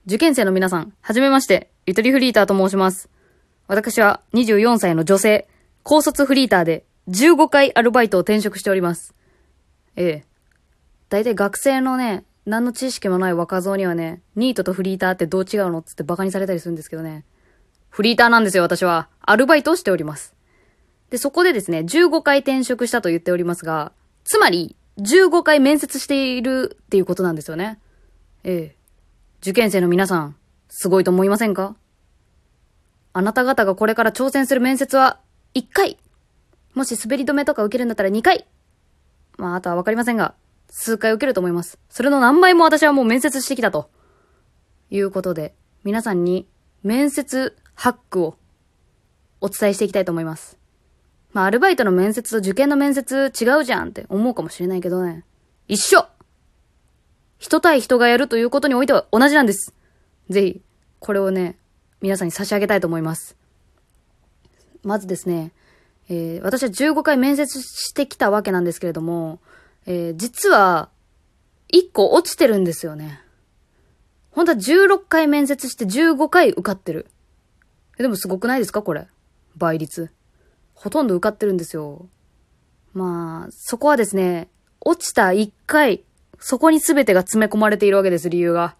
受験生の皆さん、はじめまして、ゆとりフリーターと申します。私は24歳の女性、高卒フリーターで15回アルバイトを転職しております。だいたい学生のね、何の知識もない若造にはね、ニートとフリーターってどう違うのっつってバカにされたりするんですけどね。フリーターなんですよ、私は。アルバイトをしております。で、そこでですね、15回転職したと言っておりますが、つまり、15回面接しているっていうことなんですよね。受験生の皆さん、すごいと思いませんか？あなた方がこれから挑戦する面接は1回。もし滑り止めとか受けるんだったら2回。あとはわかりませんが、数回受けると思います。それの何倍も私はもう面接してきたと。いうことで、皆さんに面接ハックをお伝えしていきたいと思います。アルバイトの面接と受験の面接違うじゃんって思うかもしれないけどね。一緒！人対人がやるということにおいては同じなんです。ぜひ、これをね、皆さんに差し上げたいと思います。まずですね、私は15回面接してきたわけなんですけれども、実は、1個落ちてるんですよね。本当は16回面接して15回受かってる。でもすごくないですかこれ。倍率。ほとんど受かってるんですよ。そこはですね、落ちた1回、そこに全てが詰め込まれているわけです、理由が。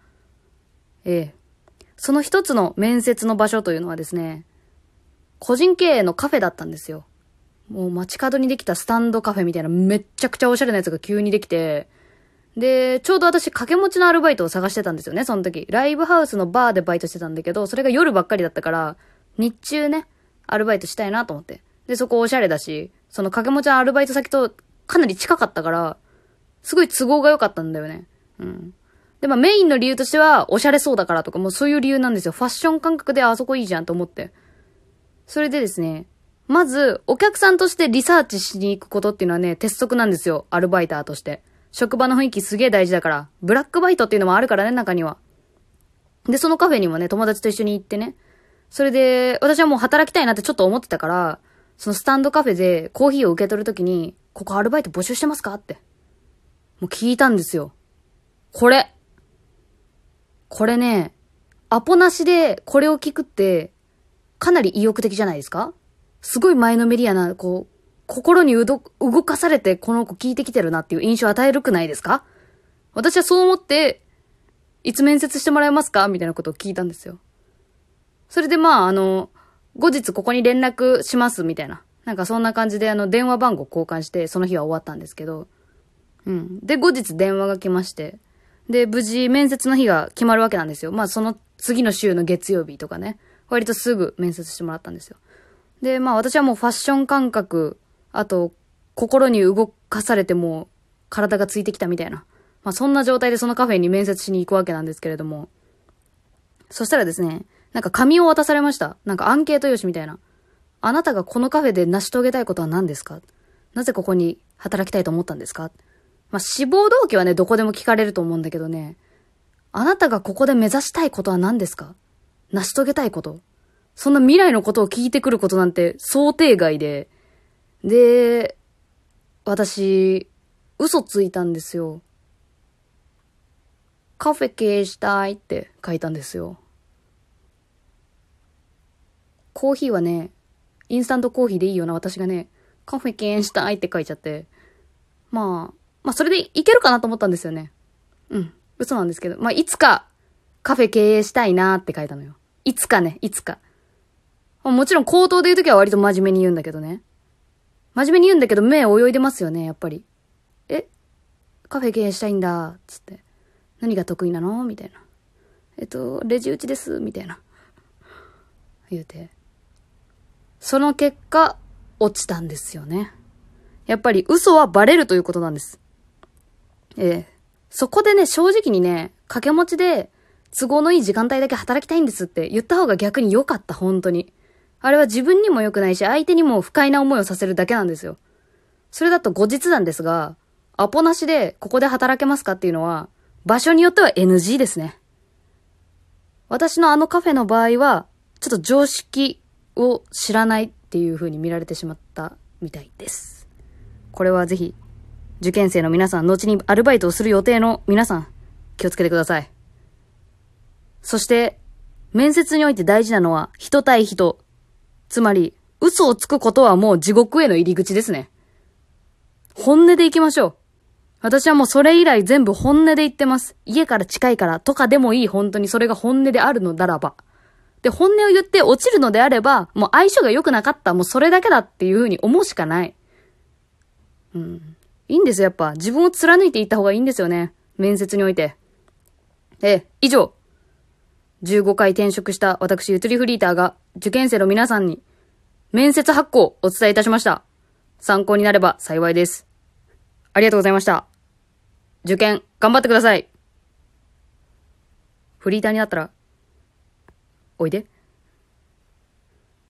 その一つの面接の場所というのはですね、個人経営のカフェだったんですよ。もう街角にできたスタンドカフェみたいなめっちゃくちゃおしゃれなやつが急にできて、で、ちょうど私掛け持ちのアルバイトを探してたんですよね、その時。ライブハウスのバーでバイトしてたんだけど、それが夜ばっかりだったから、日中ね、アルバイトしたいなと思って。で、そこおしゃれだし、その掛け持ちのアルバイト先とかなり近かったから、すごい都合が良かったんだよね。で、メインの理由としては、おしゃれそうだからとか、もうそういう理由なんですよ。ファッション感覚であそこいいじゃんと思って。それでですね、まず、お客さんとしてリサーチしに行くことっていうのはね、鉄則なんですよ。アルバイターとして。職場の雰囲気すげえ大事だから。ブラックバイトっていうのもあるからね、中には。で、そのカフェにもね、友達と一緒に行ってね。それで、私はもう働きたいなってちょっと思ってたから、そのスタンドカフェでコーヒーを受け取るときに、ここアルバイト募集してますかって。もう聞いたんですよ。これね、アポなしでこれを聞くって、かなり意欲的じゃないですか？すごい前のめりやな、心に動かされてこの子聞いてきてるなっていう印象を与えるくないですか？私はそう思って、いつ面接してもらえますかみたいなことを聞いたんですよ。それで後日ここに連絡しますみたいな。なんかそんな感じで電話番号交換してその日は終わったんですけど。で、後日電話が来まして。で、無事面接の日が決まるわけなんですよ。その次の週の月曜日とかね。割とすぐ面接してもらったんですよ。で、私はもうファッション感覚、あと、心に動かされても体がついてきたみたいな。そんな状態でそのカフェに面接しに行くわけなんですけれども。そしたらですね、なんか紙を渡されました。なんかアンケート用紙みたいな。あなたがこのカフェで成し遂げたいことは何ですか？なぜここに働きたいと思ったんですか？志望動機はね、どこでも聞かれると思うんだけどね。あなたがここで目指したいことは何ですか？成し遂げたいこと。そんな未来のことを聞いてくることなんて想定外で。で、私、嘘ついたんですよ。カフェ経営したいって書いたんですよ。コーヒーはね、インスタントコーヒーでいいよな、私がね、カフェ経営したいって書いちゃって。それでいけるかなと思ったんですよね。嘘なんですけど。いつかカフェ経営したいなって書いたのよ。いつかね、いつか。もちろん口頭で言うときは割と真面目に言うんだけどね。真面目に言うんだけど目泳いでますよね、やっぱり。カフェ経営したいんだ、つって。何が得意なのみたいな。レジ打ちです、みたいな。言うて。その結果、落ちたんですよね。やっぱり嘘はバレるということなんです。そこでね、正直にね、掛け持ちで都合のいい時間帯だけ働きたいんですって言った方が逆に良かった、本当に。あれは自分にも良くないし、相手にも不快な思いをさせるだけなんですよ。それだと後日談ですが、アポなしでここで働けますかっていうのは、場所によっては NG ですね。私のあのカフェの場合は、ちょっと常識を知らないっていう風に見られてしまったみたいです。これはぜひ、受験生の皆さん、後にアルバイトをする予定の皆さん、気をつけてください。 そして、面接において大事なのは人対人。つまり、嘘をつくことはもう地獄への入り口ですね。本音で行きましょう。私はもうそれ以来全部本音で言ってます。家から近いからとかでもいい、本当にそれが本音であるのならば。で、本音を言って落ちるのであれば、もう相性が良くなかった、もうそれだけだっていう風に思うしかない。いいんですよ、やっぱ。自分を貫いていった方がいいんですよね。面接において。以上。15回転職した私、ゆとりフリーターが受験生の皆さんに面接発行をお伝えいたしました。参考になれば幸いです。ありがとうございました。受験頑張ってください。フリーターになったら、おいで。